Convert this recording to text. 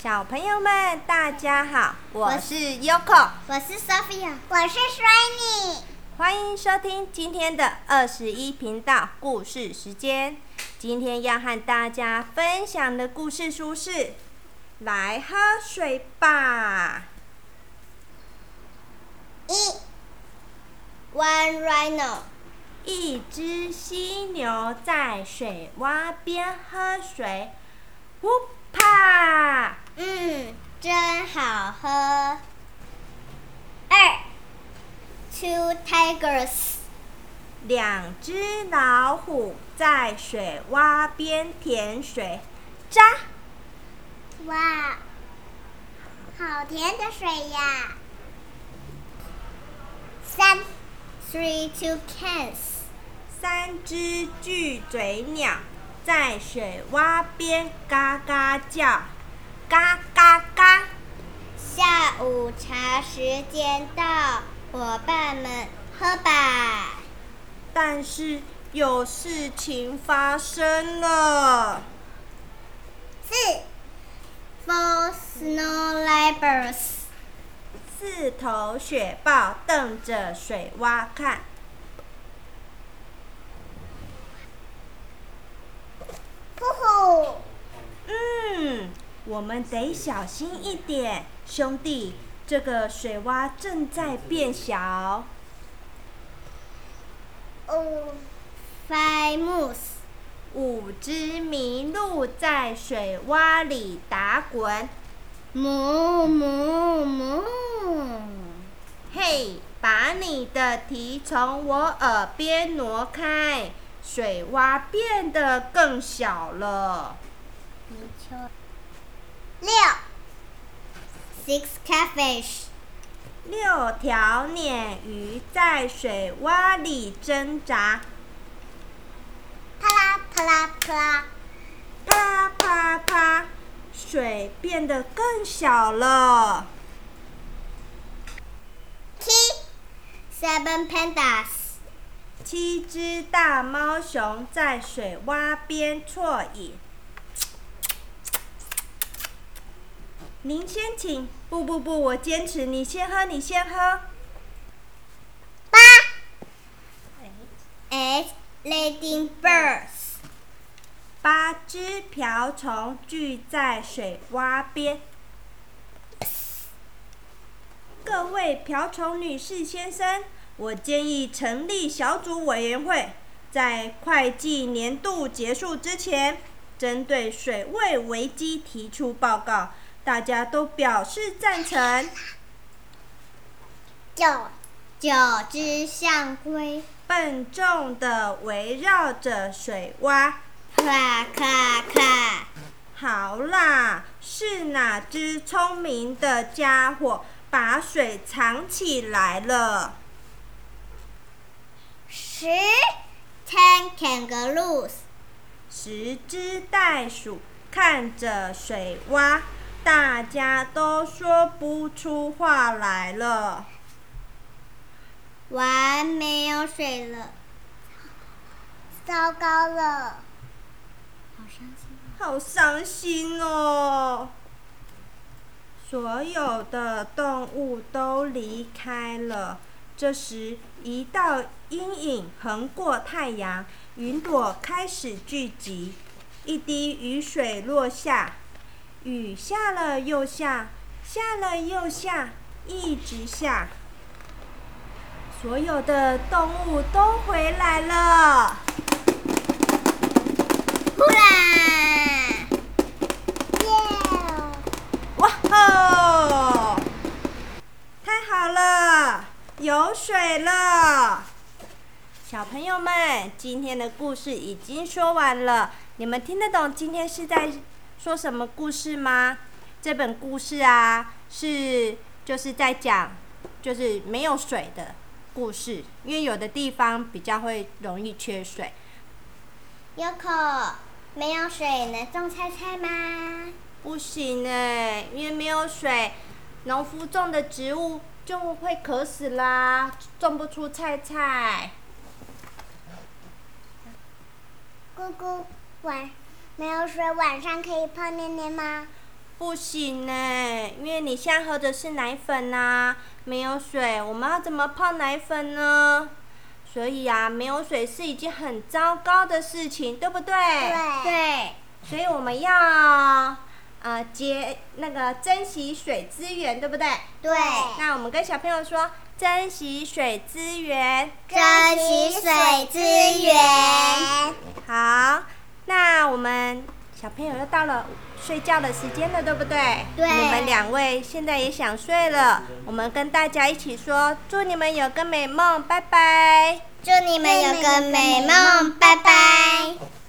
小朋友们，大家好，我是 Yoko， 我是 Sophia， 我是 Shiny， 欢迎收听今天的21频道故事时间。今天要和大家分享的故事书是《来喝水吧》。 One rhino， 一只犀牛在水洼边喝水，呼啪！ 真好喝。Two tigers， 两只老虎在水洼边舔水，喳！ 哇，好甜的水呀！Three toucans， 三只巨嘴鸟在水洼边嘎嘎叫，嘎嘎嘎！ 下午茶时间到，伙伴们喝吧。 但是有事情发生了。 Four snow leopards， 四头雪豹瞪着水洼看。 呼呼， 我们得小心一点，兄弟，这个水洼正在变小。 Five moose， 五只麋鹿在水洼里打滚， 哞哞哞。 嘿，把你的蹄从我耳边挪开，水洼变得更小了。 Six catfish， 六条鲶鱼在水洼里挣扎， 啪啦啪啦啪啦， 啪啪啪，水变得更小了。 Seven pandas， 七只大猫熊在水洼边啜饮。您先请，不，我坚持，你先喝，你先喝。 Eight ladybirds， 八只瓢虫聚在水洼边。各位瓢虫女士先生，我建议成立小组委员会，在会计年度结束之前，针对水位危机提出报告。大家都表示赞成。 九只象龟笨重地围绕着水洼， 咔咔咔。 好啦，是哪只聪明的家伙把水藏起来了 10 kangaroos， 10只袋鼠看着水洼，大家都说不出话来了。 完，没有水了，糟糕了， 好伤心哦！所有的动物都离开了。这时，一道阴影横过太阳，云朵开始聚集，一滴雨水落下，雨下了又下，下了又下，一直下。所有的动物都回来了。 呼啦！ 哇吼！太好了，有水了！小朋友们，今天的故事已经说完了。你们听得懂今天是在说什么故事吗？这本故事啊，就是在讲就是没有水的故事，因为有的地方比较会容易缺水。 Yoko， 没有水能种菜菜吗？ 不行欸，因为没有水，农夫种的植物就会渴死啦，种不出菜菜。 姑姑，没有水晚上可以泡尿尿吗？ 不行呢，因为你现在喝的是奶粉啊，没有水，我们要怎么泡奶粉呢？所以啊，没有水是一件很糟糕的事情，对不对？ 对。 所以我们要珍惜水资源，对不对？ 对。 那我们跟小朋友说，珍惜水资源。 珍惜水资源。 好，那我们小朋友又到了睡觉的时间了，对不对？ 对。 你们2位现在也想睡了，我们跟大家一起说，祝你们有个美梦，拜拜。 祝你们有个美梦，拜拜。